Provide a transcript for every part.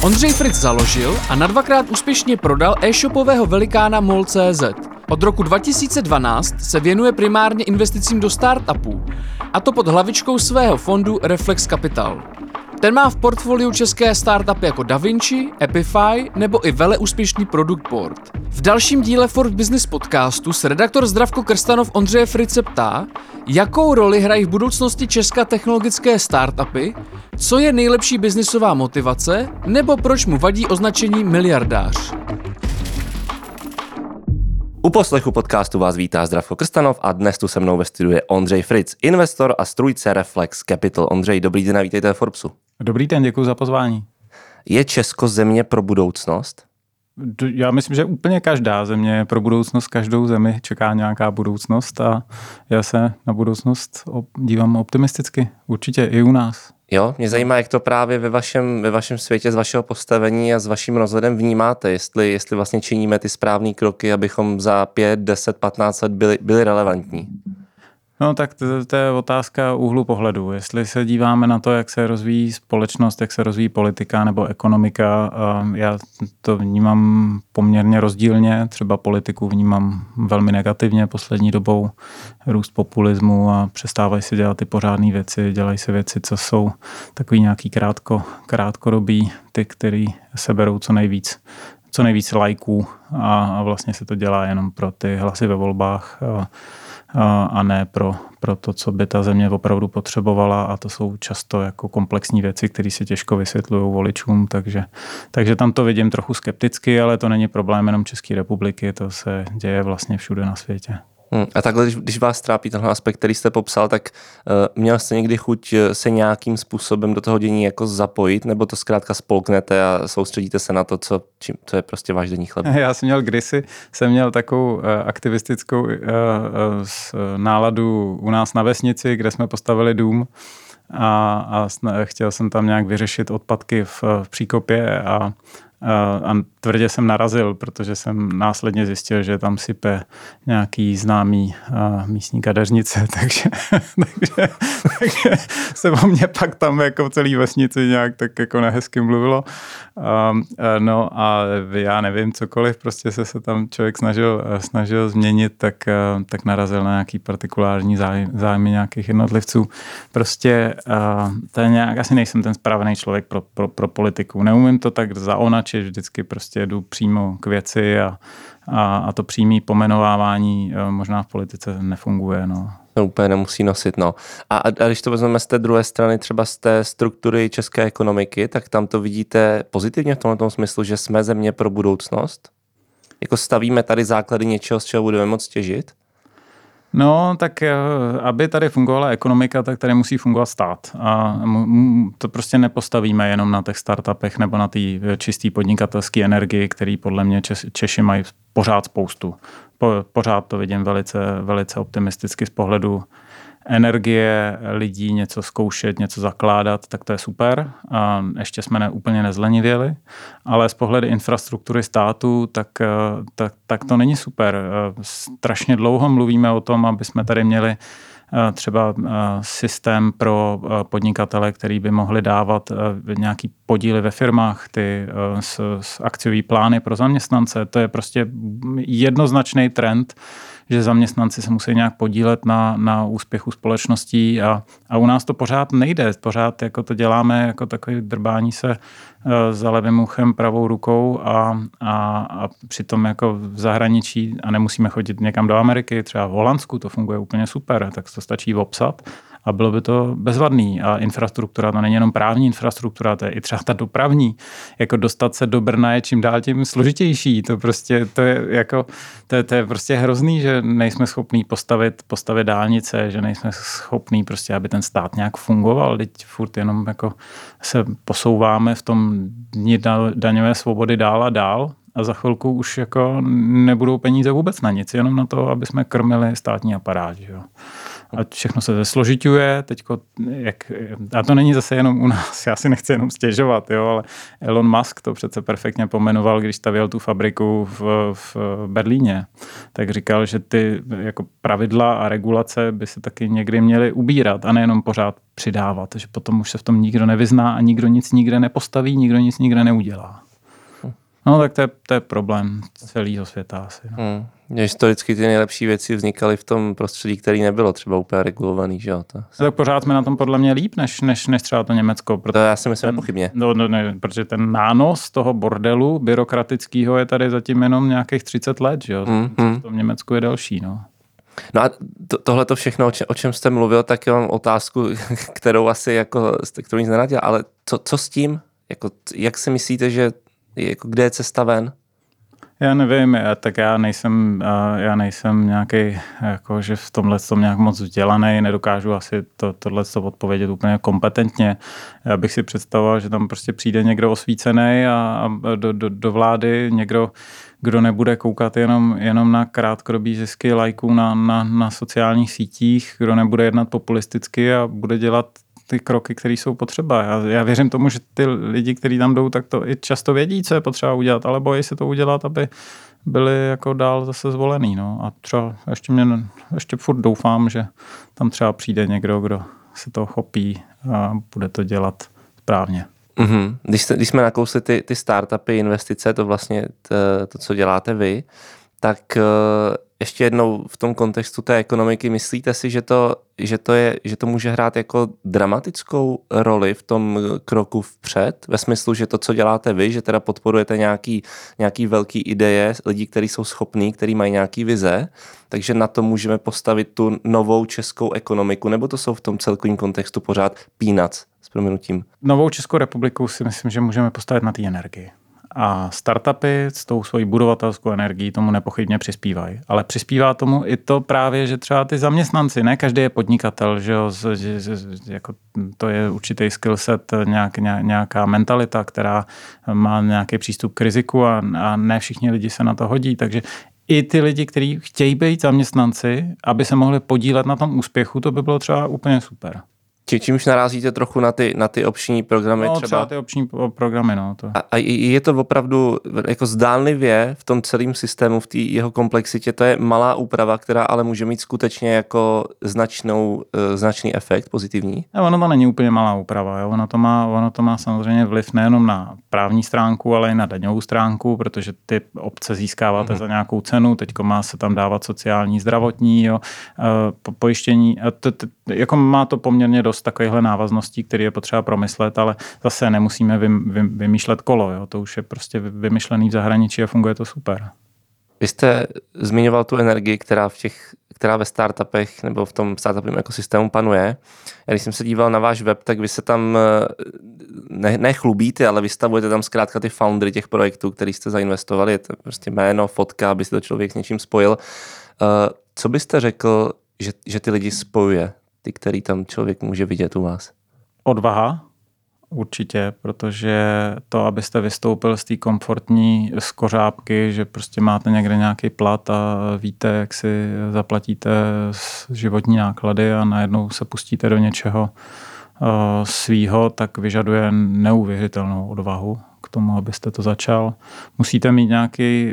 Ondřej Fritz založil a na dvakrát úspěšně prodal e-shopového velikána MOL.cz. Od roku 2012 se věnuje primárně investicím do startupů, a to pod hlavičkou svého fondu Reflex Capital. Ten má v portfoliu české startupy jako DaVinci, Epify nebo i veleúspěšný Produktport. V dalším díle Forbes Business podcastu se redaktor Zdravko Krstanov Ondřeje Fritze ptá, jakou roli hrají v budoucnosti české technologické startupy, co je nejlepší biznisová motivace, nebo proč mu vadí označení miliardář. U poslechu podcastu vás vítá Zdravko Krstanov a dnes tu se mnou ve studiu je Ondřej Fritz, investor a strůjce Reflex Capital. Ondřej, dobrý den a vítejte ve Forbesu. Dobrý den, děkuji za pozvání. Je Česko země pro budoucnost? Já myslím, že úplně každá země pro budoucnost, každou zemi čeká nějaká budoucnost a já se na budoucnost dívám optimisticky, určitě i u nás. Jo, mě zajímá, jak to právě ve vašem světě, z vašeho postavení a s vaším rozhledem vnímáte, jestli vlastně činíme ty správné kroky, abychom za 5, 10, 15 let byli relevantní. No tak to je otázka úhlu pohledu. Jestli se díváme na to, jak se rozvíjí společnost, jak se rozvíjí politika nebo ekonomika, já to vnímám poměrně rozdílně. Třeba politiku vnímám velmi negativně poslední dobou. Růst populismu a přestávají si dělat ty pořádné věci, dělají se věci, co jsou takový nějaký krátkodobý, ty, který seberou co nejvíc lajků a vlastně se to dělá jenom pro ty hlasy ve volbách a ne pro to, co by ta země opravdu potřebovala, a to jsou často jako komplexní věci, které se těžko vysvětlují voličům, takže tam to vidím trochu skepticky, ale to není problém jenom České republiky, to se děje vlastně všude na světě. A takhle, když vás trápí tenhle aspekt, který jste popsal, tak měl jste někdy chuť se nějakým způsobem do toho dění jako zapojit, nebo to zkrátka spolknete a soustředíte se na to, co je prostě váš denní chléb? Já jsem měl takovou aktivistickou náladu u nás na vesnici, kde jsme postavili dům a chtěl jsem tam nějak vyřešit odpadky v příkopě a tvrdě jsem narazil, protože jsem následně zjistil, že tam sype nějaký známý místní kadeřnice, takže se o mě pak tam jako v celé vesnici nějak tak jako nehezky mluvilo. No a já nevím, cokoliv, prostě se tam člověk snažil změnit, tak narazil na nějaký partikulární zájmy nějakých jednotlivců. Prostě to je nějak, asi nejsem ten správný člověk pro politiku. Neumím to tak zaonačit, vždycky prostě jdu přímo k věci a to přímé pomenovávání možná v politice nefunguje. No. To úplně nemusí nosit, no. A když to vezmeme z té druhé strany, třeba z té struktury české ekonomiky, tak tam to vidíte pozitivně v tomto smyslu, že jsme země pro budoucnost? Jako stavíme tady základy něčeho, z čeho budeme moct těžit? No, tak aby tady fungovala ekonomika, tak tady musí fungovat stát. A to prostě nepostavíme jenom na těch startupech nebo na té čisté podnikatelské energii, který podle mě Češi mají pořád spoustu. Pořád to vidím velice, velice optimisticky z pohledu energie, lidí, něco zkoušet, něco zakládat, tak to je super. A ještě jsme úplně nezlenivěli, ale z pohledu infrastruktury státu, tak to není super. Strašně dlouho mluvíme o tom, aby jsme tady měli třeba systém pro podnikatele, který by mohli dávat nějaký podíly ve firmách, ty akciový plány pro zaměstnance. To je prostě jednoznačný trend, že zaměstnanci se musí nějak podílet na úspěchu společností a u nás to pořád nejde. Pořád jako to děláme jako takový drbání se za levým uchem pravou rukou a přitom jako v zahraničí a nemusíme chodit někam do Ameriky, třeba v Holandsku to funguje úplně super, tak to stačí obsat a bylo by to bezvadný. A infrastruktura, to není jenom právní infrastruktura, to je i třeba ta dopravní. Jako dostat se do Brna je čím dál tím složitější. To je prostě hrozný, že nejsme schopní postavit dálnice, že nejsme schopní prostě, aby ten stát nějak fungoval. Teď furt jenom jako se posouváme v tom dni daňové svobody dál a dál. A za chvilku už jako nebudou peníze vůbec na nic, jenom na to, aby jsme krmili státní aparát. Že jo. A všechno se zesložiťuje, a to není zase jenom u nás, já si nechci jenom stěžovat, jo, ale Elon Musk to přece perfektně pomenoval, když stavěl tu fabriku v Berlíně, tak říkal, že ty jako pravidla a regulace by se taky někdy měly ubírat a nejenom pořád přidávat, že potom už se v tom nikdo nevyzná a nikdo nic nikde nepostaví, nikdo nic nikde neudělá. No tak to je problém celého světa asi. No. Historicky ty nejlepší věci vznikaly v tom prostředí, který nebylo třeba úplně regulovaný, že jo? Tak pořád jsme na tom podle mě líp, než třeba to Německo. To já si myslím nepochybně. Ne, protože ten nános toho bordelu byrokratického je tady zatím jenom nějakých 30 let, že jo? V tom Německu je další, no. No a tohle to všechno, o čem jste mluvil, tak já mám otázku, kterou nic nenadělal, ale co s tím? Jako, jak si myslíte, že kde je cesta ven? Já nevím, tak já nejsem nějaký, jako, že v tomhle tom nějak moc vzdělaný, nedokážu asi tohle odpovědět úplně kompetentně. Já bych si představoval, že tam prostě přijde někdo osvícený a do vlády někdo, kdo nebude koukat jenom na krátkodobý zisky lajků na sociálních sítích, kdo nebude jednat populisticky a bude dělat ty kroky, které jsou potřeba. Já věřím tomu, že ty lidi, kteří tam jdou, tak to i často vědí, co je potřeba udělat, ale bojí se to udělat, aby byli jako dál zase zvolený. No. A třeba ještě furt doufám, že tam třeba přijde někdo, kdo se toho chopí a bude to dělat správně. Mm-hmm. Když jsme nakousli ty startupy, investice, to vlastně to, co děláte vy, tak ještě jednou v tom kontextu té ekonomiky, myslíte si, že to může hrát jako dramatickou roli v tom kroku vpřed? Ve smyslu, že to, co děláte vy, že teda podporujete nějaký velký ideje, lidi, kteří jsou schopní, kteří mají nějaký vize, takže na to můžeme postavit tu novou českou ekonomiku, nebo to jsou v tom celkovém kontextu pořád peanuts s prominutím? Novou Českou republiku si myslím, že můžeme postavit na té energii. A startupy s tou svojí budovatelskou energií tomu nepochybně přispívají. Ale přispívá tomu i to právě, že třeba ty zaměstnanci, ne každý je podnikatel, že jo, jako to je určitý skillset, nějaká mentalita, která má nějaký přístup k riziku a ne všichni lidi se na to hodí. Takže i ty lidi, kteří chtějí být zaměstnanci, aby se mohli podílet na tom úspěchu, to by bylo třeba úplně super. Čímž narazíte trochu na ty opční programy? No, třeba ty opční programy, no. To. A je to opravdu jako zdánlivě v tom celém systému, v té jeho komplexitě, to je malá úprava, která ale může mít skutečně jako značný efekt pozitivní? No, ono to není úplně malá úprava, jo. Ono to má samozřejmě vliv nejenom na právní stránku, ale i na daňovou stránku, protože ty obce získáváte za nějakou cenu, teďko má se tam dávat sociální, zdravotní, jo, pojištění. A jako má to poměrně dost takovýchhle návazností, které je potřeba promyslet, ale zase nemusíme vymýšlet kolo. Jo? To už je prostě vymyšlený v zahraničí a funguje to super. Vy jste zmiňoval tu energii, která ve startupech nebo v tom startupovém ekosystému panuje. Já když jsem se díval na váš web, tak vy se tam nechlubíte, ale vystavujete tam zkrátka ty foundery těch projektů, který jste zainvestovali. Je to prostě jméno, fotka, aby si to člověk s něčím spojil. Co byste řekl, že ty lidi spojuje? Ty, který tam člověk může vidět u vás? Odvaha, určitě, protože to, abyste vystoupil z té komfortní skořápky, že prostě máte někde nějaký plat a víte, jak si zaplatíte životní náklady a najednou se pustíte do něčeho svýho, tak vyžaduje neuvěřitelnou odvahu k tomu, abyste to začal. Musíte mít nějaký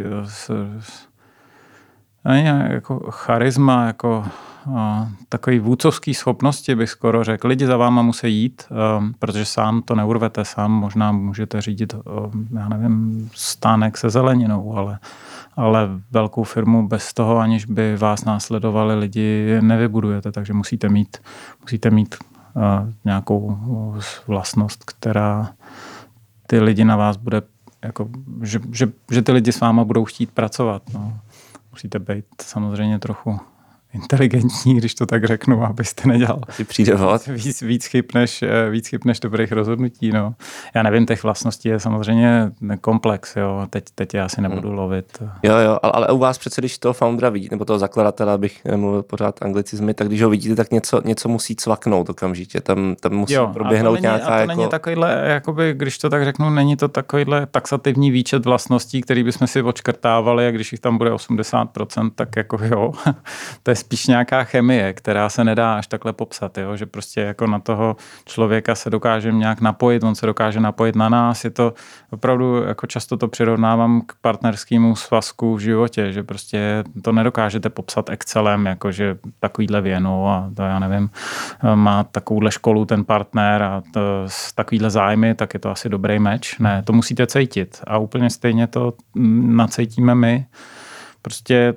jako charisma, jako takový vůdcovský schopnosti, bych skoro řekl. Lidi za váma musí jít, protože sám to neurvete, sám možná můžete řídit, já nevím, stánek se zeleninou, ale velkou firmu bez toho, aniž by vás následovali lidi, nevybudujete, takže musíte mít nějakou vlastnost, která ty lidi na vás bude, jako, že ty lidi s váma budou chtít pracovat. No. Musíte být samozřejmě trochu inteligentní, když to tak řeknu, abyste nedělal víc chyb než dobrých rozhodnutí. No. Já nevím, těch vlastností je samozřejmě komplex. Jo. Teď já si nebudu lovit. Jo, ale u vás přece, když toho foundera vidíte, nebo toho zakladatele, abych nemluvil pořád anglicizmy, tak když ho vidíte, tak něco musí cvaknout okamžitě. Tam musí proběhnout nějaká... A to není takovýhle, jakoby, když to tak řeknu, není to takovýhle taxativní výčet vlastností, který bychom si odškrtávali a když jich tam bude 80%, tak jako jo, to je spíš nějaká chemie, která se nedá až takhle popsat, jo? Že prostě jako na toho člověka se dokážeme nějak napojit, on se dokáže napojit na nás. Je to opravdu, jako často to přirovnávám k partnerskému svazku v životě, že prostě to nedokážete popsat Excelem, jako že takovýhle věnu a to já nevím, má takovouhle školu ten partner a takovýhle zájmy, tak je to asi dobrý meč. Ne, to musíte cítit a úplně stejně to nacítíme my. Prostě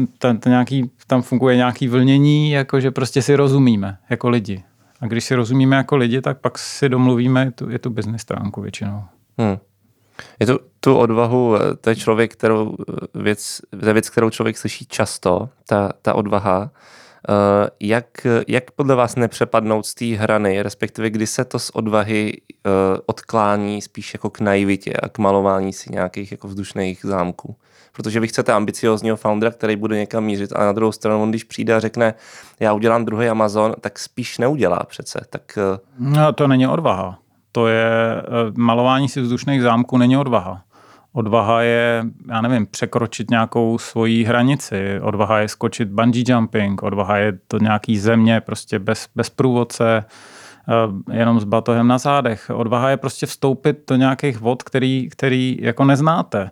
tam funguje nějaký vlnění, jakože prostě si rozumíme jako lidi. A když si rozumíme jako lidi, tak pak si domluvíme je tu business stránku většinou. Je tu odvahu, to je věc, kterou člověk slyší často, ta odvaha. Jak podle vás nepřepadnout z té hrany, respektive kdy se to z odvahy odklání spíš jako k naivitě a k malování si nějakých jako vzdušných zámků? Protože vy chcete ambiciozního foundera, který bude někam mířit, a na druhou stranu on, když přijde a řekne, já udělám druhý Amazon, tak spíš neudělá přece. Tak... No, to není odvaha. To je malování si vzdušných zámků, není odvaha. Odvaha je, já nevím, překročit nějakou svoji hranici. Odvaha je skočit bungee jumping. Odvaha je to nějaký země prostě bez průvodce, jenom s batohem na zádech. Odvaha je prostě vstoupit do nějakých vod, který jako neznáte.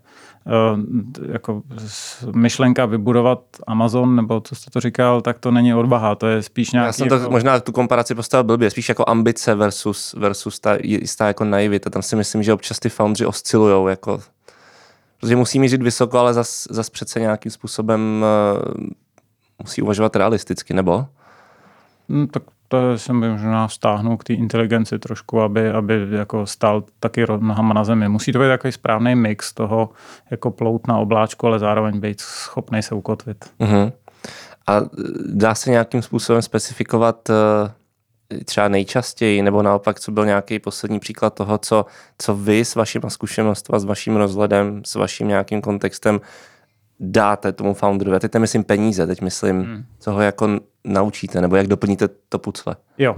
Jako myšlenka vybudovat Amazon, nebo co jste to říkal, tak to není odvaha, to je spíš nějaký... Já jsem to možná tu komparaci postavil blbě, spíš jako ambice versus ta jistá jako naivita. Tam si myslím, že občas ty foundři oscilujou, jako... Protože musí mířit vysoko, ale zas přece nějakým způsobem musí uvažovat realisticky, nebo? Tak to se možná vztáhnu k té inteligenci trošku, aby jako stál taky nohama na zemi. Musí to být takový správný mix toho jako plout na obláčku, ale zároveň být schopný se ukotvit. Uh-huh. A dá se nějakým způsobem specifikovat třeba nejčastěji, nebo naopak, co byl nějaký poslední příklad toho, co vy s vašima zkušenostmi, s vaším rozhledem, s vaším nějakým kontextem dáte tomu founderovi. A teď nemyslím peníze, teď myslím, co ho jako naučíte, nebo jak doplníte to pucle. Jo.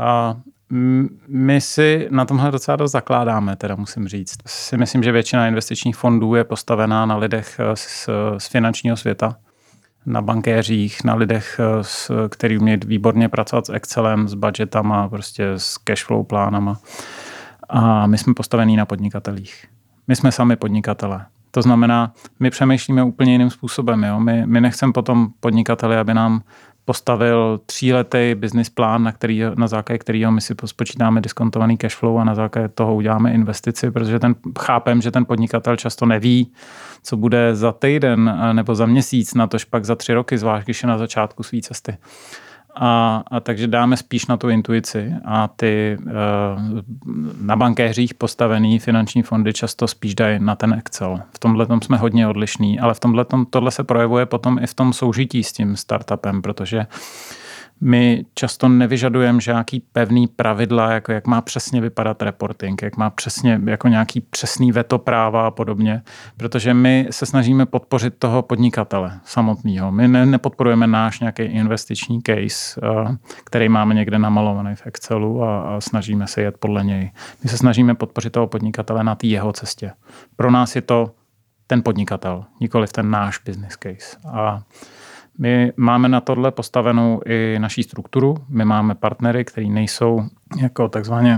My si na tomhle docela dost zakládáme, teda musím říct. Si myslím, že většina investičních fondů je postavená na lidech z finančního světa, na bankéřích, na lidech, který umějí výborně pracovat s Excelem, s budgetama, prostě s cashflow plánama. A my jsme postavení na podnikatelích. My jsme sami podnikatelé. To znamená, my přemýšlíme úplně jiným způsobem. Jo? My nechceme potom podnikateli, aby nám postavil 3letý business plán, na základě kterého my si spočítáme diskontovaný cashflow a na základě toho uděláme investici, protože chápem, že ten podnikatel často neví, co bude za týden nebo za měsíc, natož pak za 3 roky, zvlášť když je na začátku své cesty. A takže dáme spíš na tu intuici a ty na bankéřích postavený finanční fondy často spíš dají na ten Excel. V tomhletom jsme hodně odlišní, ale tohle se projevuje potom i v tom soužití s tím startupem, protože my často nevyžadujeme žádný pevný pravidla, jako jak má přesně vypadat reporting, jak má přesně jako nějaký přesný veto práva a podobně, protože my se snažíme podpořit toho podnikatele samotného. My nepodporujeme náš nějaký investiční case, který máme někde namalovaný v Excelu a snažíme se jet podle něj. My se snažíme podpořit toho podnikatele na té jeho cestě. Pro nás je to ten podnikatel, nikoliv ten náš business case. A my máme na tohle postavenou i naší strukturu. My máme partnery, kteří nejsou jako takzvaně,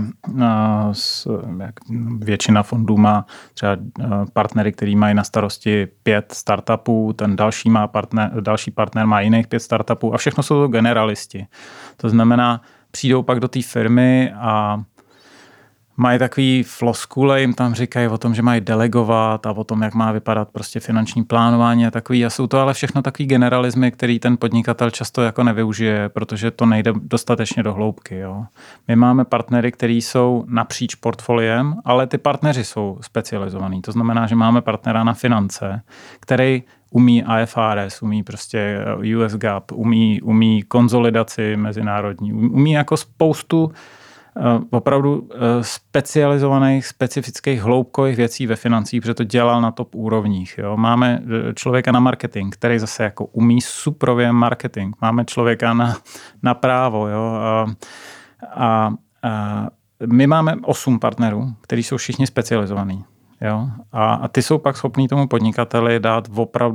většina fondů má třeba partnery, který mají na starosti 5 startupů, ten další partner má jiných 5 startupů a všechno jsou to generalisti. To znamená, přijdou pak do té firmy a mají takový floskule, jim tam říkají o tom, že mají delegovat a o tom, jak má vypadat prostě finanční plánování a takový. A jsou to ale všechno takový generalismy, který ten podnikatel často jako nevyužije, protože to nejde dostatečně do hloubky. Jo. My máme partnery, kteří jsou napříč portfoliem, ale ty partneři jsou specializovaní. To znamená, že máme partnera na finance, který umí IFRS, umí prostě US GAAP, umí konsolidaci mezinárodní, umí jako spoustu opravdu specializovaných, specifických, hloubkových věcí ve financích, protože to dělal na top úrovních. Jo. Máme člověka na marketing, který zase jako umí suprově marketing. Máme člověka na právo. Jo. A my máme 8 partnerů, kteří jsou všichni specializovaní. Jo? A ty jsou pak schopní tomu podnikateli dát opravdu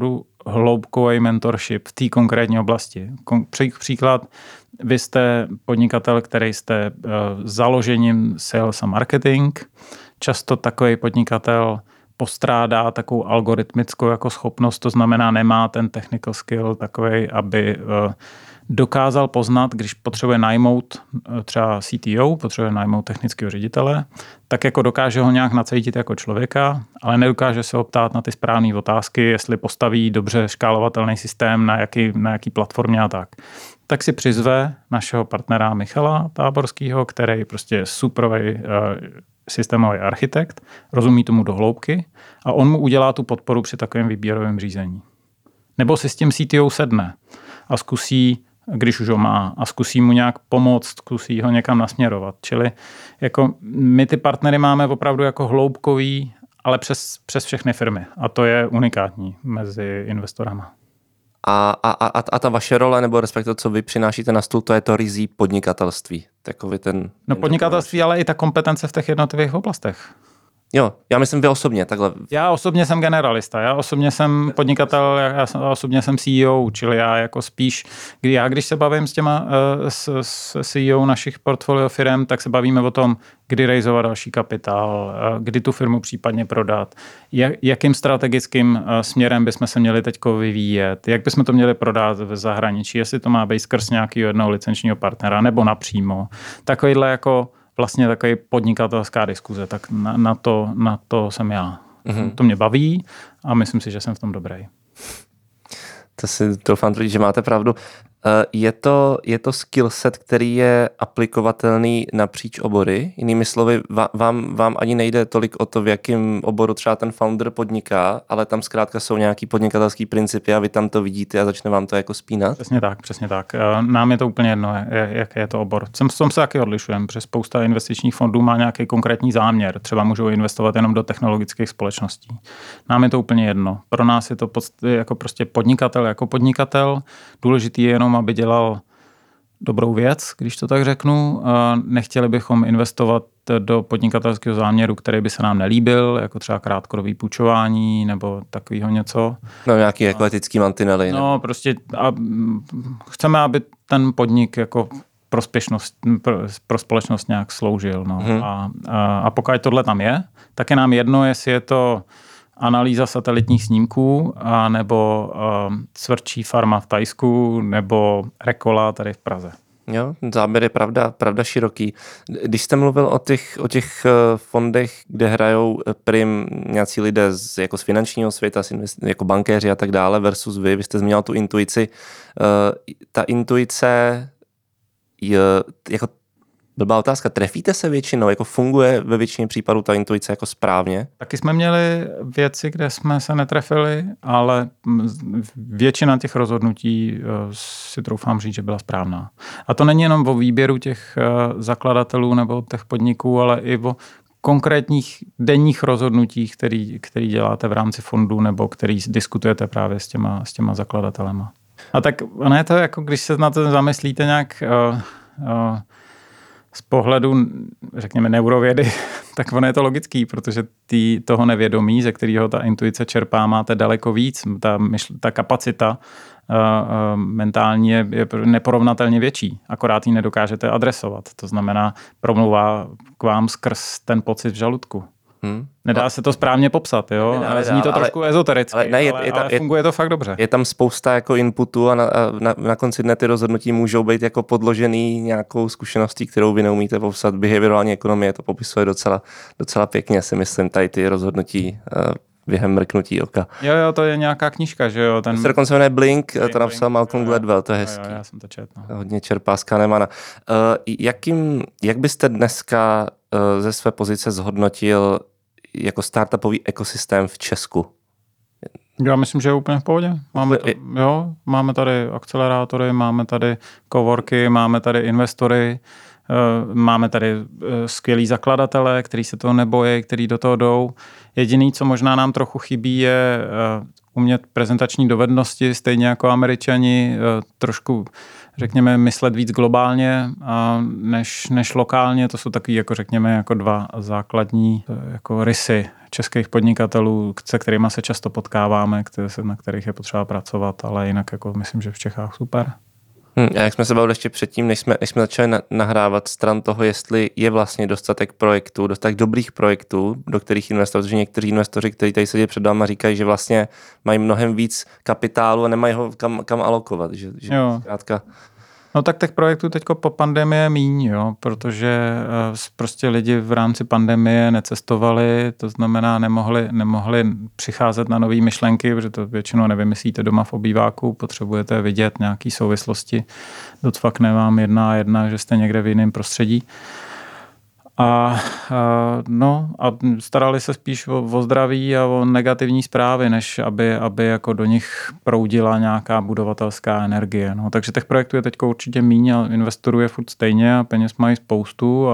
hloubkový mentorship v té konkrétní oblasti. Příklad, vy jste podnikatel, který jste založením sales a marketing. Často takový podnikatel postrádá takovou algoritmickou jako schopnost, to znamená, nemá ten technical skill takovej, aby dokázal poznat, když potřebuje najmout třeba CTO, potřebuje najmout technického ředitele, tak jako dokáže ho nějak nacítit jako člověka, ale nedokáže se ho ptát na ty správné otázky, jestli postaví dobře škálovatelný systém, na jaký platformě a tak. Tak si přizve našeho partnera Michala Táborského, který prostě je superový systémový architekt, rozumí tomu do hloubky a on mu udělá tu podporu při takovém výběrovém řízení. Nebo si s tím CTO sedne a zkusí, když už ho má, a zkusí mu nějak pomoct, zkusí ho někam nasměrovat. Čili jako my ty partnery máme opravdu jako hloubkový, ale přes všechny firmy. A to je unikátní mezi investorama. A ta vaše role, nebo respektive co vy přinášíte na stůl, to je to rizí podnikatelství. Takový ten... No podnikatelství, ale i ta kompetence v těch jednotlivých oblastech. Jo, já myslím vy osobně, takhle. Já osobně jsem generalista, já osobně jsem podnikatel, já osobně jsem CEO, čili já jako spíš, když se bavím s těma s CEO našich portfolio firm, tak se bavíme o tom, kdy rejzovat další kapitál, kdy tu firmu případně prodat, jakým strategickým směrem bychom se měli teďko vyvíjet, jak bychom to měli prodat v zahraničí, jestli to má být skrz nějakého jednoho licenčního partnera nebo napřímo. Takovýhle jako vlastně takový podnikatelská diskuze, tak na to jsem já. Mm-hmm. To mě baví a myslím si, že jsem v tom dobrý. To si doufám tvrdit, že máte pravdu. Je to skill set, který je aplikovatelný napříč obory? Jinými slovy, vám ani nejde tolik o to, v jakém oboru třeba ten founder podniká, ale tam zkrátka jsou nějaký podnikatelský principy a vy tam to vidíte a začne vám to jako spínat? Přesně tak. Nám je to úplně jedno, jaký je to obor. V tom se taky odlišujeme, protože spousta investičních fondů má nějaký konkrétní záměr. Třeba můžou investovat jenom do technologických společností. Nám je to úplně jedno. Pro nás je to jako prostě podnikatel jako podnikatel. Důležitý je jenom, aby dělal dobrou věc, když to tak řeknu. Nechtěli bychom investovat do podnikatelského záměru, který by se nám nelíbil, jako třeba krátkodobý půjčování nebo takového něco. No nějaký jako etický mantinely. No prostě chceme, aby ten podnik jako pro společnost nějak sloužil. No. A pokud tohle tam je, tak je nám jedno, jestli je to analýza satelitních snímků, nebo cvrčí farma v Thajsku, nebo Rekola tady v Praze. Jo, záběr je pravda široký. Když jste mluvil o těch fondech, kde hrajou prim nějací lidé z finančního světa, jako bankéři a tak dále, versus vy jste zmínil tu intuici. Ta intuice je jako blbá otázka. Trefíte se většinou? Jako funguje ve většině případů ta intuice jako správně? Taky jsme měli věci, kde jsme se netrefili, ale většina těch rozhodnutí si troufám říct, že byla správná. A to není jenom o výběru těch zakladatelů nebo těch podniků, ale i o konkrétních denních rozhodnutích, který děláte v rámci fondu nebo který diskutujete právě s těma zakladatelema. A tak ono je to jako, když se na to zamyslíte nějak z pohledu, řekněme, neurovědy, tak ono je to logický, protože toho nevědomí, ze kterého ta intuice čerpá, máte daleko víc. Ta kapacita mentální je neporovnatelně větší, akorát ji nedokážete adresovat. To znamená, promluvá k vám skrz ten pocit v žaludku. Nedá se to správně popsat, jo? Zní to trošku ezotericky, ale funguje to fakt dobře. Je tam spousta jako inputů a na konci dne ty rozhodnutí můžou být jako podložený nějakou zkušeností, kterou vy neumíte popsat. Behaviorální ekonomie to popisuje docela pěkně, si myslím, tady ty rozhodnutí během mrknutí oka. Jo, to je nějaká knížka, že jo? To se dokonce jmenuje Blink, to napsal Malcolm Gladwell, to je hezký. Já jsem to četl. No. Hodně čerpá z Kahnemana. Jak byste dneska ze své pozice zhodnotil jako startupový ekosystém v Česku? Já myslím, že je úplně v pohodě. Máme tady akcelerátory, máme tady coworky, máme tady investory. Máme tady skvělý zakladatele, kteří se toho nebojí, kteří do toho jdou. Jediný, co možná nám trochu chybí, je umět prezentační dovednosti, stejně jako Američani, trošku, řekněme, myslet víc globálně než lokálně. To jsou takový, jako řekněme, jako dva základní jako rysy českých podnikatelů, se kterými se často potkáváme, na kterých je potřeba pracovat, ale jinak jako myslím, že v Čechách super. A jak jsme se bavili ještě předtím, než jsme začali nahrávat stran toho, jestli je vlastně dostatek projektů, dostatek dobrých projektů, do kterých investovat, protože někteří investoři, kteří tady sedí před náma, říkají, že vlastně mají mnohem víc kapitálu a nemají ho kam alokovat. Že zkrátka... No tak těch projektů teďko po pandemii je míň, jo, protože prostě lidi v rámci pandemie necestovali, to znamená nemohli přicházet na nové myšlenky, protože to většinou nevymyslíte doma v obýváku, potřebujete vidět nějaké souvislosti, docvakne vám jedna a jedna, že jste někde v jiném prostředí. A starali se spíš o zdraví a o negativní zprávy, než aby jako do nich proudila nějaká budovatelská energie. No, takže těch projektů je teď určitě míň a investorů je furt stejně a peněz mají spoustu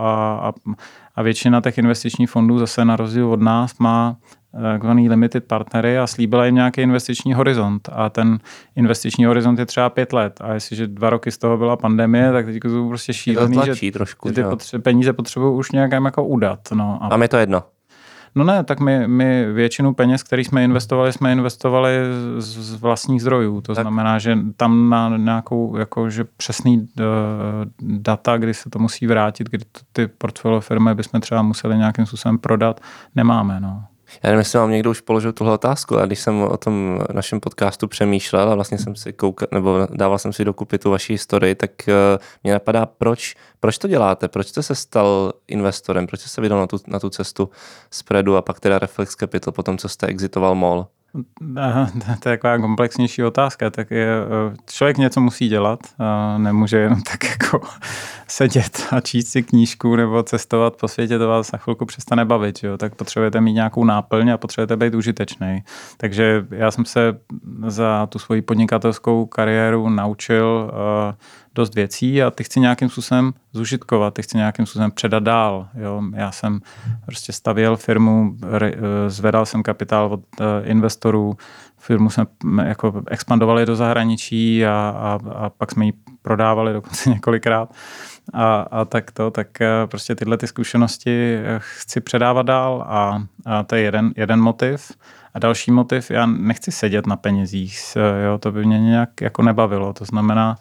a většina těch investičních fondů zase na rozdíl od nás má takzvaný limited partnery a slíbila jim nějaký investiční horizont. A ten investiční horizont je třeba 5 let. A jestliže 2 roky z toho byla pandemie, tak teď to jsou prostě šílený, že ty peníze potřebují už nějakým jako udat. No. A mi to jedno. No ne, tak my většinu peněz, které jsme investovali z vlastních zdrojů. To znamená, že tam na nějakou jakože přesný data, kdy se to musí vrátit, kdy ty portfolio firmy bychom třeba museli nějakým způsobem prodat, nemáme. No. Já nevím, jestli vám někdo už položil tuhle otázku, a když jsem o tom našem podcastu přemýšlel a vlastně jsem si dával jsem si dokupy tu vaši historii, tak mě napadá, proč to děláte? Proč jste se stal investorem? Proč jste se vydal na tu cestu spreadu a pak teda Reflex Capital po tom, co jste exitoval MOL? To je taková komplexnější otázka. Tak člověk něco musí dělat, nemůže jenom tak jako sedět a číst si knížku nebo cestovat po světě, to vás na chvilku přestane bavit. Jo? Tak potřebujete mít nějakou náplň a potřebujete být užitečný. Takže já jsem se za tu svoji podnikatelskou kariéru naučil dost věcí a ty chci nějakým způsobem zužitkovat, ty chci nějakým způsobem předat dál. Jo? Já jsem prostě stavěl firmu, zvedal jsem kapitál od investorů, firmu jsme jako expandovali do zahraničí a pak jsme ji prodávali dokonce několikrát a tak prostě tyhle ty zkušenosti chci předávat dál a to je jeden motiv. A další motiv, já nechci sedět na penězích, jo? To by mě nějak jako nebavilo, to znamená,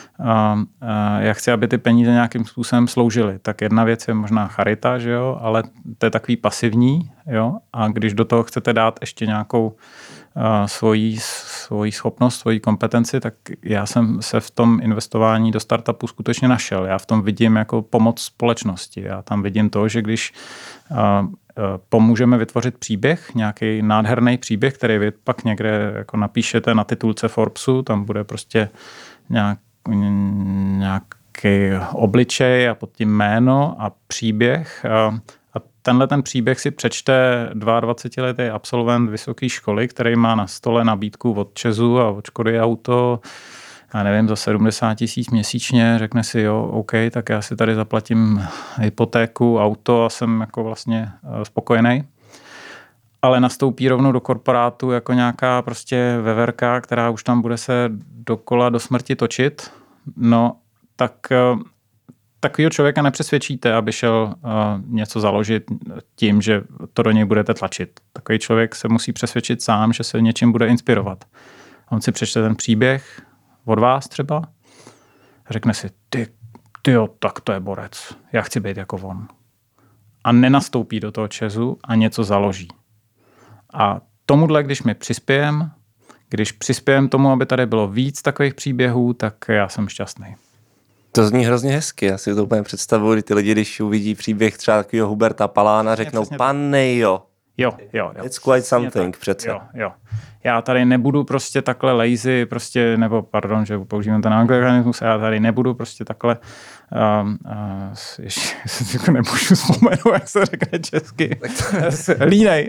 já chci, aby ty peníze nějakým způsobem sloužily. Tak jedna věc je možná charita, že jo, ale to je takový pasivní, jo, a když do toho chcete dát ještě nějakou svoji schopnost, svoji kompetenci, tak já jsem se v tom investování do startupu skutečně našel. Já v tom vidím jako pomoc společnosti. Já tam vidím to, že když pomůžeme vytvořit příběh, nějaký nádherný příběh, který vy pak někde jako napíšete na titulce Forbesu, tam bude prostě nějaký obličej a pod tím jméno a příběh. A tenhle ten příběh si přečte 22letý absolvent vysoké školy, který má na stole nabídku od ČEZu a od Škody Auto, já nevím, za 70 000 měsíčně, řekne si, jo, OK, tak já si tady zaplatím hypotéku, auto a jsem jako vlastně spokojený. Ale nastoupí rovnou do korporátu jako nějaká prostě veverka, která už tam bude se dokola do smrti točit. No, tak takovýho člověka nepřesvědčíte, aby šel něco založit tím, že to do něj budete tlačit. Takový člověk se musí přesvědčit sám, že se něčím bude inspirovat. On si přečte ten příběh od vás třeba, řekne si, ty jo, tak to je borec, já chci být jako on. A nenastoupí do toho ČEZu a něco založí. A tomuhle, když přispějem tomu, aby tady bylo víc takových příběhů, tak já jsem šťastný. To zní hrozně hezky. Já si to úplně představuji, ty lidi, když uvidí příběh třeba takového Huberta Palána, řeknou, pane jo. Jo. It's quite something přece. Jo. Já tady nebudu prostě takhle lazy, prostě, nebo pardon, že používám ten anglicismus, já tady nebudu prostě takhle ještě nemůžu vzpomenout, jak se řekne česky. Línej.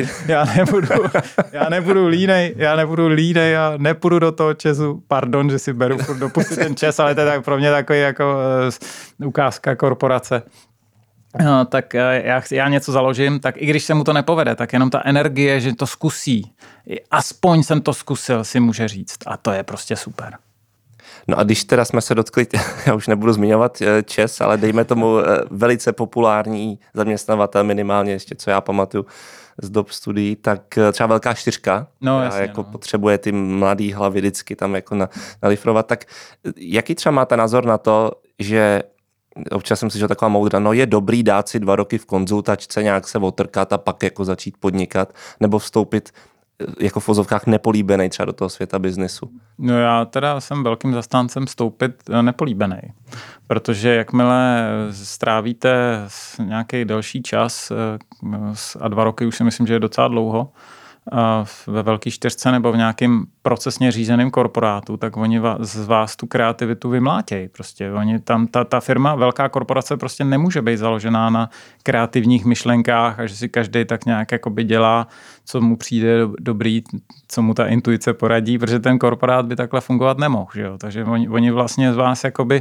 Já nebudu línej, já nepůjdu do toho česu. Pardon, že si beru dopustit ten čes, ale to je tak pro mě takový jako ukázka korporace. No, tak já něco založím, tak i když se mu to nepovede, tak jenom ta energie, že to zkusí. Aspoň jsem to zkusil, si může říct. A to je prostě super. No a když teda jsme se dotkli, já už nebudu zmiňovat ČEZ, ale dejme tomu velice populární zaměstnavatel, minimálně ještě, co já pamatuju z dob studií, tak třeba Velká čtyřka, potřebuje ty mladý hlavy vždycky tam jako nalifrovat. Tak jaký třeba máte názor na to, že občas jsem slyšel taková moudra, no je dobrý dát si 2 roky v konzultačce, nějak se otrkat a pak jako začít podnikat, nebo vstoupit jako v vozovkách nepolíbenej třeba do toho světa biznesu? No já teda jsem velkým zastáncem vstoupit nepolíbenej, protože jakmile strávíte nějaký delší čas a 2 roky už si myslím, že je docela dlouho, ve velké čtyřce nebo v nějakém procesně řízeném korporátu, tak oni z vás tu kreativitu vymlátějí. Prostě oni tam, ta firma, velká korporace prostě nemůže být založená na kreativních myšlenkách a že si každý tak nějak jakoby dělá, co mu přijde dobrý, co mu ta intuice poradí, protože ten korporát by takhle fungovat nemohl. Že jo? Takže oni vlastně z vás jakoby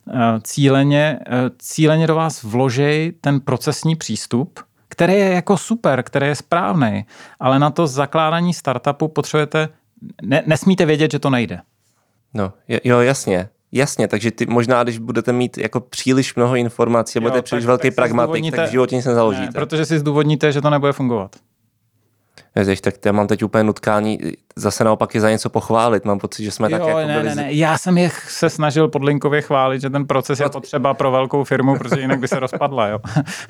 cíleně do vás vložej ten procesní přístup, který je jako super, který je správný, ale na to zakládání startupu potřebujete, nesmíte vědět, že to nejde. No, jo, jasně, takže ty možná, když budete mít jako příliš mnoho informací a budete příliš velký pragmatik, tak v životě nic nezaložíte. Ne, protože si zdůvodníte, že to nebude fungovat. Tak já mám teď úplně nutkání zase naopak je za něco pochválit. Mám pocit, že jsme tak jako byli... Ne. Já jsem je se snažil podlinkově chválit, že ten proces je potřeba pro velkou firmu, protože jinak by se rozpadla. Jo.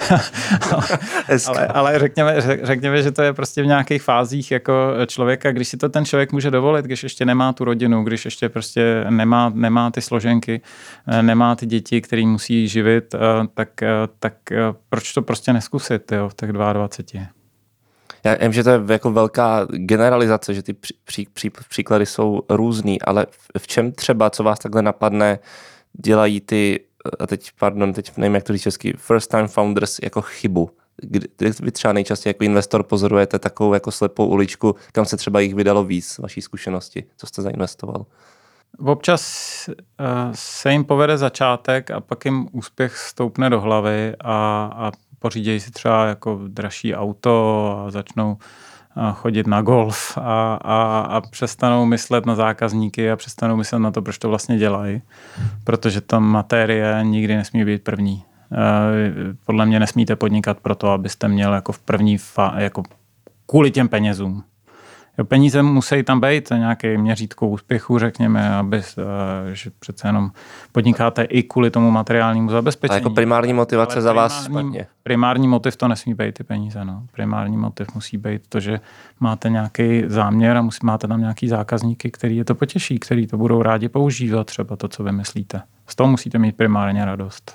ale řekněme, že to je prostě v nějakých fázích jako člověka, když si to ten člověk může dovolit, když ještě nemá tu rodinu, když ještě prostě nemá ty složenky, nemá ty děti, který musí živit, tak proč to prostě neskusit, jo, v těch 22. Já vím, že to je jako velká generalizace, že ty příklady jsou různý, ale v čem třeba, co vás takhle napadne, dělají ty, a teď nevím, jak to říct česky, first time founders jako chybu? Kdy vy třeba nejčastěji jako investor pozorujete takovou jako slepou uličku, kam se třeba jich vydalo víc, vaší zkušenosti, co jste zainvestoval? Občas se jim povede začátek a pak jim úspěch stoupne do hlavy a pořídějí si třeba jako dražší auto a začnou chodit na golf a přestanou myslet na zákazníky a přestanou myslet na to, proč to vlastně dělají. Protože ta matérie nikdy nesmí být první. Podle mě nesmíte podnikat proto, abyste měl jako v první jako kvůli těm penězům. Peníze musí tam být, nějaké měřítko úspěchu, řekněme, že přece jenom podnikáte i kvůli tomu materiálnímu zabezpečení. A jako primární motivace za vás špatně. Primární motiv to nesmí být ty peníze. No. Primární motiv musí být to, že máte nějaký záměr a máte tam nějaký zákazníky, který je to potěší, který to budou rádi používat, třeba to, co vymyslíte. Z toho musíte mít primárně radost.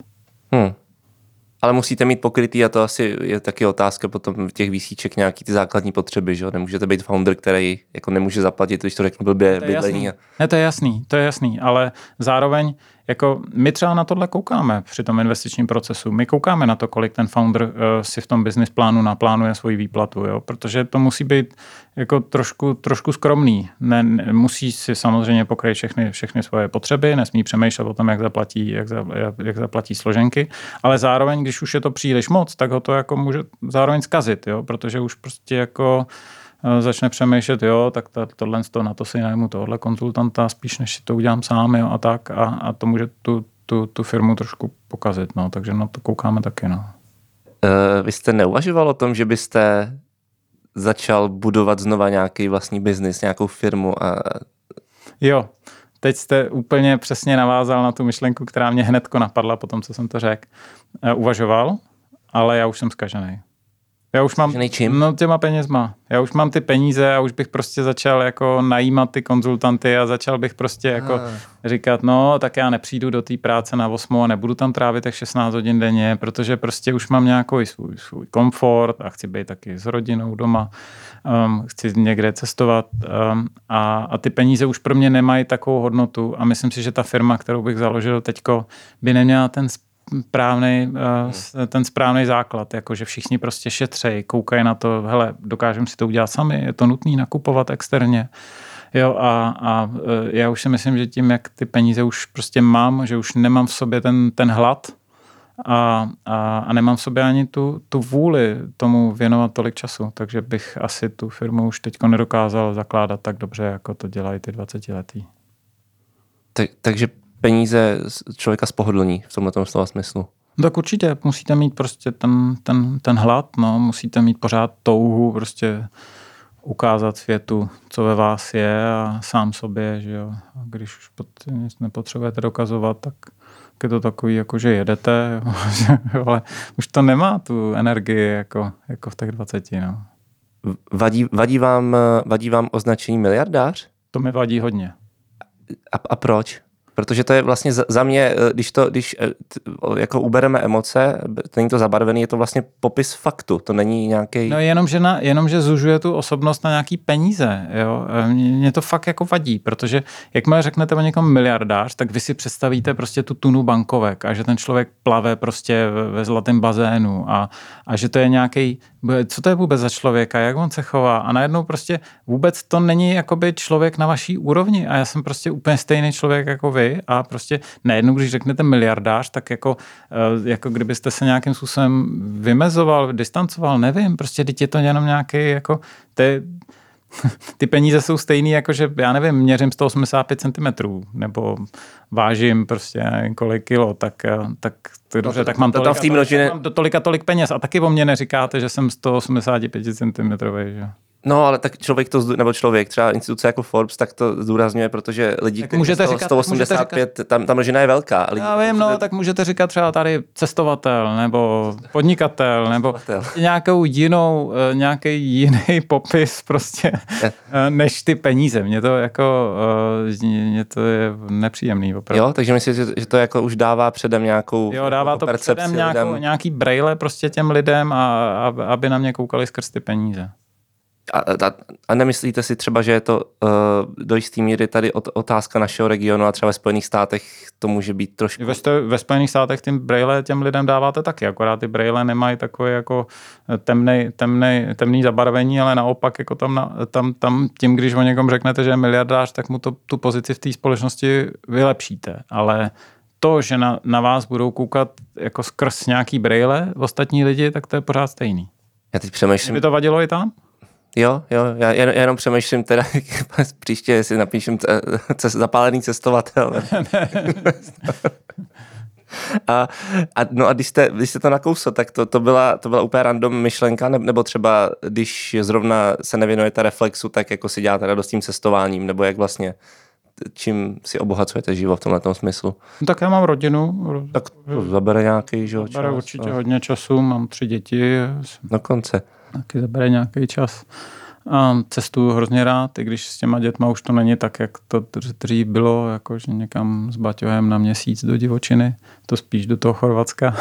Ale musíte mít pokrytý, a to asi je taky otázka potom těch výsíček, nějaký ty základní potřeby, že jo? Nemůžete být founder, který jako nemůže zaplatit, když to řeknu blbě, bydlení. Ne, to je jasný, ale zároveň jako my třeba na tohle koukáme při tom investičním procesu. My koukáme na to, kolik ten founder si v tom business plánu naplánuje svoji výplatu, jo? Protože to musí být jako trošku skromný. Musí si samozřejmě pokryt všechny svoje potřeby, nesmí přemýšlet o tom, jak zaplatí složenky, ale zároveň, když už je to příliš moc, tak ho to jako může zároveň zkazit, jo? Protože už prostě jako začne přemýšlet, jo, tak na to si najmu tohle konzultanta, spíš než si to udělám sám, jo, a tak a to může tu firmu trošku pokazit, no, takže na to koukáme taky, no. Vy jste neuvažoval o tom, že byste začal budovat znova nějaký vlastní biznis, nějakou firmu? Jo, teď jste úplně přesně navázal na tu myšlenku, která mě hnedko napadla po tom, co jsem to řekl. Uvažoval, ale já už jsem zkažený. Já už mám, čím? no těma penězma. Já už mám ty peníze a už bych prostě začal jako najímat ty konzultanty a začal bych prostě jako říkat, no tak já nepřijdu do té práce na 8 a nebudu tam trávit tak 16 hodin denně, protože prostě už mám nějaký svůj komfort a chci být taky s rodinou doma, chci někde cestovat a ty peníze už pro mě nemají takovou hodnotu a myslím si, že ta firma, kterou bych založil teďko, by neměla ten správný základ, jakože všichni prostě šetřejí, koukají na to, hele, dokážeme si to udělat sami, je to nutné nakupovat externě. Jo, a já už si myslím, že tím, jak ty peníze už prostě mám, že už nemám v sobě ten hlad a nemám v sobě ani tu vůli tomu věnovat tolik času, takže bych asi tu firmu už teďko nedokázal zakládat tak dobře, jako to dělají ty 20letí. Takže peníze člověka spohodlní v tomto slova smyslu. Tak určitě musíte mít prostě ten hlad, no, musíte mít pořád touhu prostě ukázat světu, co ve vás je a sám sobě, že jo. A když už nic nepotřebujete dokazovat, tak je to takový, jako že jedete, ale už to nemá tu energii jako v těch 20, no. Vadí vám označení miliardář? To mi vadí hodně. A proč? Protože to je vlastně za mě, když jako ubereme emoce, není to zabarvený, je to vlastně popis faktu, to není nějaký. No jenomže zužuje tu osobnost na nějaký peníze, jo. Mě to fakt jako vadí, protože jakmile řeknete o někom miliardář, tak vy si představíte prostě tu tunu bankovek a že ten člověk plave prostě ve zlatém bazénu a že to je nějaký, co to je vůbec za člověka, jak on se chová a najednou prostě vůbec to není jakoby člověk na vaší úrovni a já jsem prostě úplně stejný člověk jako vy a prostě najednou, když řeknete miliardář, tak jako kdybyste se nějakým způsobem vymezoval, distancoval, nevím, prostě teď je to jenom nějaký jako ty peníze jsou stejný, jako že já nevím, měřím 185 cm nebo vážím prostě nevím, kolik kilo, tak dobře, tak mám tolik peněz a taky o mě neříkáte, že jsem 185 cm, že? No, ale tak člověk, třeba instituce jako Forbes, tak to zdůrazňuje, protože lidi, kteří 185, tam množina je velká. Já vím, no, tak můžete říkat třeba tady cestovatel, nebo podnikatel, nebo nějaký jiný popis prostě, než ty peníze. Mně to je nepříjemný opravdu. Jo, takže myslím, že to jako už dává předem nějakou dává to předem nějaký brejle prostě těm lidem a aby na mě koukali skrz ty peníze. A nemyslíte si třeba, že je to do jistý míry tady otázka našeho regionu a třeba ve Spojených státech to může být trošku... Ve Spojených státech tím brejle těm lidem dáváte taky, akorát ty brejle nemají takové jako temný zabarvení, ale naopak jako tam tím, když o někom řeknete, že je miliardář, tak mu tu pozici v té společnosti vylepšíte, ale to, že na vás budou koukat jako skrz nějaký brejle ostatní lidi, tak to je pořád stejný. Já teď přemýšlím... Kdyby to vadilo i tam? Jo, já jenom přemýšlím teda příště, jestli napíšem zapálený cestovatel. No a když jste to nakousl, tak to byla úplně random myšlenka, nebo třeba když zrovna se nevěnujete reflexu, tak jako si děláte radost tím cestováním, nebo jak vlastně, čím si obohacujete život v tomhletom smyslu? No, tak já mám rodinu. Tak to zabere nějaký čas. Zabere určitě hodně času, mám 3 děti. Dokonce. Taky zabere nějaký čas. A cestuju hrozně rád, i když s těma dětma už to není tak, jak to dřív bylo, jakože někam s baťohem na měsíc do divočiny, to spíš do toho Chorvatska.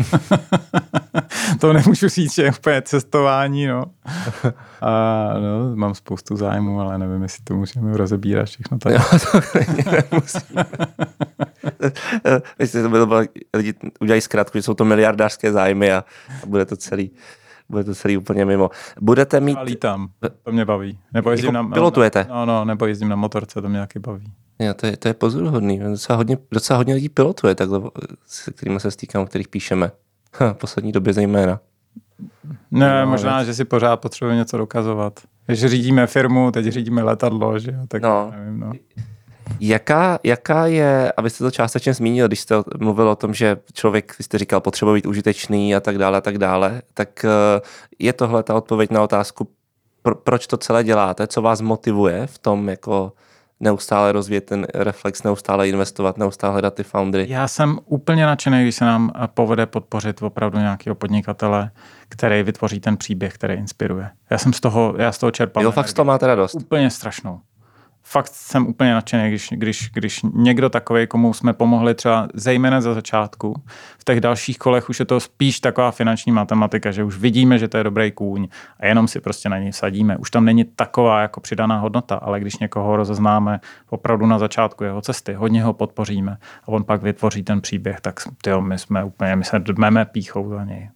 To nemůžu říct, že je úplně cestování, no. A no, mám spoustu zájmů, ale nevím, jestli to můžeme rozebírat všechno tady. Jo, to nemusíme. Myslím, že lidi udělají zkrátku, že jsou to miliardářské zájmy a bude to celý úplně mimo. Budete mít... Já lítám, to mě baví. Nebo jezdím pilotujete? Nebo jezdím na motorce, to mě taky baví. Jo, to je pozoruhodný. Docela hodně lidí pilotuje, takhle, s kterými se stýkám, o kterých píšeme. V poslední době zejména. Ne, možná, že si pořád potřebujeme něco dokazovat. Když řídíme firmu, teď řídíme letadlo, že jo, tak nevím, no. Jaká je, abyste to částečně zmínil, když jste mluvil o tom, že člověk, vy jste říkal, potřebuje být užitečný a tak dále, tak je tohle ta odpověď na otázku, proč to celé děláte, co vás motivuje v tom jako neustále rozvíjet ten reflex, neustále investovat, neustále hledat ty foundry. Já jsem úplně nadšený, když se nám povede podpořit opravdu nějakého podnikatele, který vytvoří ten příběh, který inspiruje. Já z toho čerpám. Jo, fakt z toho máte radost. Úplně strašnou. Fakt jsem úplně nadšený, když někdo takovej, komu jsme pomohli třeba zejména za začátku, v těch dalších kolech už je to spíš taková finanční matematika, že už vidíme, že to je dobrý kůň a jenom si prostě na něj sadíme. Už tam není taková jako přidaná hodnota, ale když někoho rozeznáme opravdu na začátku jeho cesty, hodně ho podpoříme a on pak vytvoří ten příběh, tak my se dmeme pýchou za něj.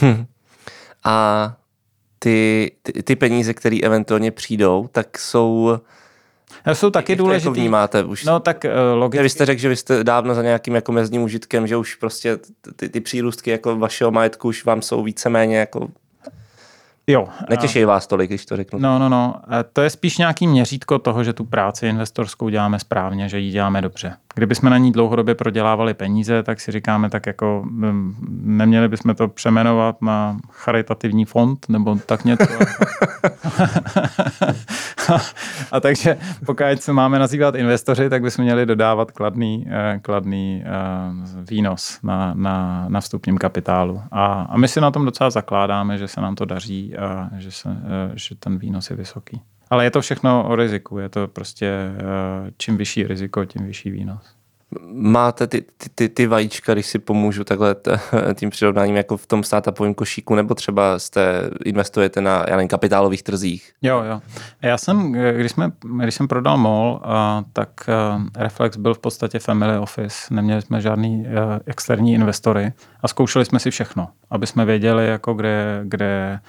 A ty peníze, které eventuálně přijdou, tak jsou taky důležitý. Jak to vnímáte už? No tak logicky. Vy jste řekl, že vy jste dávno za nějakým jako mezním užitkem, že už prostě ty přírůstky jako vašeho majetku už vám jsou víceméně jako... Jo. Netěší vás tolik, když to řeknu. No. To je spíš nějaký měřítko toho, že tu práci investorskou děláme správně, že ji děláme dobře. Kdybychom na ní dlouhodobě prodělávali peníze, tak si říkáme, tak jako neměli bychom to přeměnovat na charitativní fond nebo tak něco. A takže pokud se máme nazývat investoři, tak bychom měli dodávat kladný výnos na vstupním kapitálu. A my si na tom docela zakládáme, že se nám to daří a že ten výnos je vysoký. Ale je to všechno o riziku. Je to prostě čím vyšší riziko, tím vyšší výnos. Máte ty vajíčka, když si pomůžu takhle tím přirovnáním jako v tom startupovém košíku, nebo třeba investujete na kapitálových trzích? Jo. Já jsem, když jsem prodal MOL, tak Reflex byl v podstatě family office. Neměli jsme žádný externí investory a zkoušeli jsme si všechno, aby jsme věděli, jako kde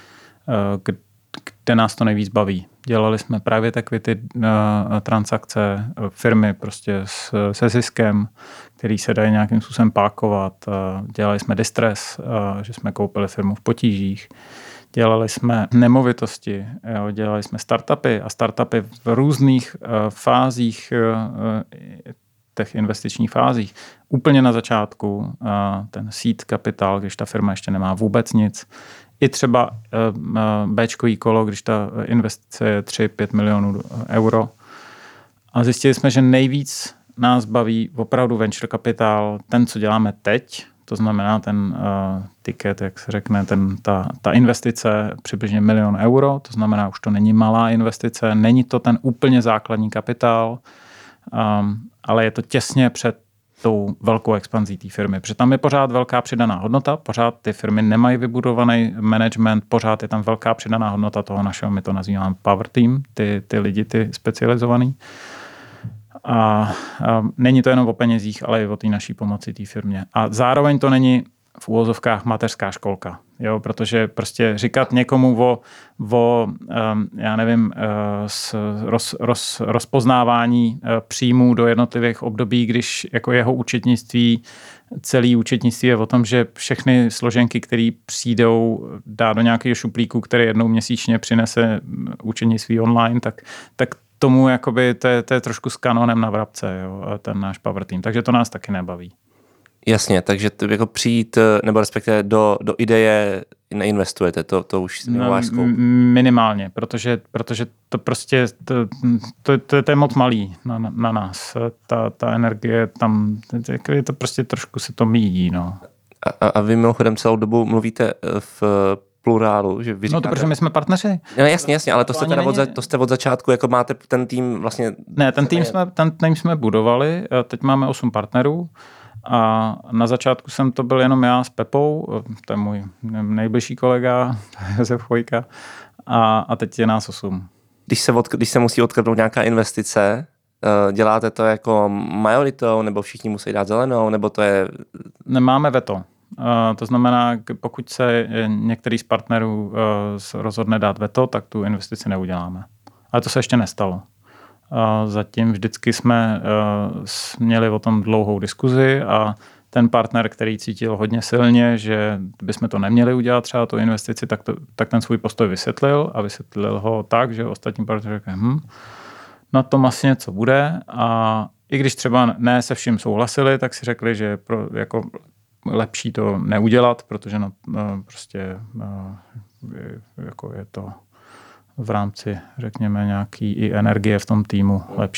nás to nejvíc baví. Dělali jsme private equity transakce, firmy prostě se ziskem, který se dají nějakým způsobem pákovat. Dělali jsme distress, že jsme koupili firmu v potížích. Dělali jsme nemovitosti, dělali jsme startupy a startupy v různých fázích, těch investičních fázích. Úplně na začátku ten seed kapitál, když ta firma ještě nemá vůbec nic. I třeba Bčkový kolo, když ta investice je 3-5 milionů euro. A zjistili jsme, že nejvíc nás baví opravdu venture kapitál, ten, co děláme teď, to znamená ten ticket, jak se řekne, ta investice přibližně 1 000 000 euro, to znamená, už to není malá investice, není to ten úplně základní kapitál, ale je to těsně před tou velkou expanzí té firmy. Protože tam je pořád velká přidaná hodnota, pořád ty firmy nemají vybudovaný management, pořád je tam velká přidaná hodnota toho našeho, my to nazýváme power team, ty lidi, ty specializovaný. A není to jenom o penězích, ale i o té naší pomoci té firmě. A zároveň to není v úvozovkách mateřská školka. Jo, protože prostě říkat někomu já nevím, rozpoznávání příjmů do jednotlivých období, když jako jeho účetnictví, celý účetnictví je o tom, že všechny složenky, které přijdou, dá do nějakého šuplíku, který jednou měsíčně přinese účetnictví online, tak tomu jakoby to je trošku s kanonem na vrabce, jo, ten náš power team. Takže to nás taky nebaví. Jasně, takže to jako přijít, nebo respektive do ideje neinvestujete, to už si váš scope. Minimálně, protože to prostě, to je moc malý na nás. Ta energie tam, je to prostě trošku se to míjí, no. A vy mimochodem celou dobu mluvíte v plurálu, že vy říkáte... No to protože my jsme partneři. No jasně, ale to jste teda to jste od začátku, jako máte ten tým vlastně... Ne, ten tým jsme budovali, teď máme 8 partnerů. A na začátku jsem to byl jenom já s Pepou, to je můj nejbližší kolega, Josef Chvojka, a teď je nás 8. Když se musí odklepnout nějaká investice, děláte to jako majoritou, nebo všichni musí dát zelenou, nebo to je... Nemáme veto. To znamená, pokud se některý z partnerů rozhodne dát veto, tak tu investici neuděláme. Ale to se ještě nestalo. Zatím vždycky jsme měli o tom dlouhou diskuzi a ten partner, který cítil hodně silně, že bychom to neměli udělat třeba tu investici, tak ten svůj postoj vysvětlil a vysvětlil ho tak, že ostatní partner řekl, na tom asi něco bude a i když třeba ne se vším souhlasili, tak si řekli, že jako lepší to neudělat, protože prostě jako je to v rámci, řekněme, nějaký i energie v tom týmu lepší.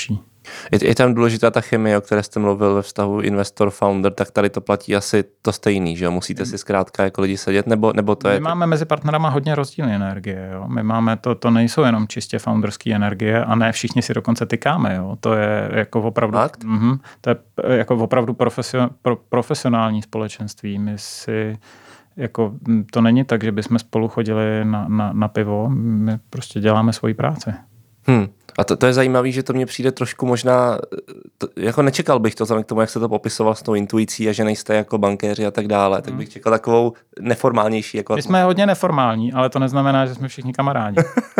Je tam důležitá ta chemie, o které jste mluvil ve vztahu investor-founder, tak tady to platí asi to stejný, že jo? Musíte si zkrátka jako lidi sedět, nebo to je... My máme mezi partnerama hodně rozdílné energie, jo? My máme, to nejsou jenom čistě founderské energie a ne všichni si dokonce tykáme, jo? To je jako opravdu... To je jako opravdu profesionální společenství. My si... Jako, to není tak, že bychom spolu chodili na pivo, my prostě děláme svoji práci. A to je zajímavé, že to mně přijde trošku možná, jako nečekal bych to vzhledem k tomu, jak se to popisoval s tou intuicí a že nejste jako bankéři a tak dále, tak bych čekal takovou neformálnější. Jako my jsme hodně neformální, ale to neznamená, že jsme všichni kamarádi.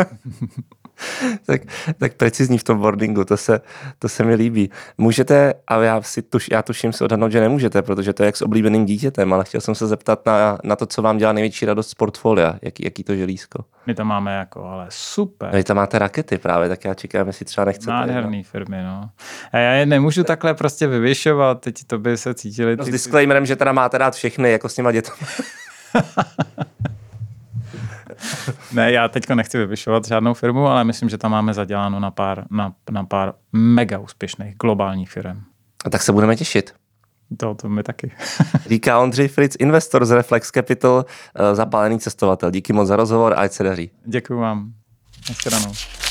tak precizní v tom boardingu, to se mi líbí. Můžete, ale já tuším si odhadnout, že nemůžete, protože to je jak s oblíbeným dítětem, ale chtěl jsem se zeptat na to, co vám dělá největší radost z portfolia, jaký to želízko. My to máme jako, ale super. Vy tam máte rakety právě, tak já čekám, jestli třeba nechcete. Nádherný firmy, no. A já je nemůžu takhle prostě vyvyšovat, teď to by se cítili... No, s disclaimerem, že teda máte rád všechny, jako s těma dětmi. Ne, já teďko nechci vyvyšovat žádnou firmu, ale myslím, že tam máme zaděláno na pár mega úspěšných globálních firm. A tak se budeme těšit. To my taky. Říká Ondřej Fritz, investor z Reflex Capital, zapálený cestovatel. Díky moc za rozhovor a ať se daří. Děkuju vám. Nashledanou.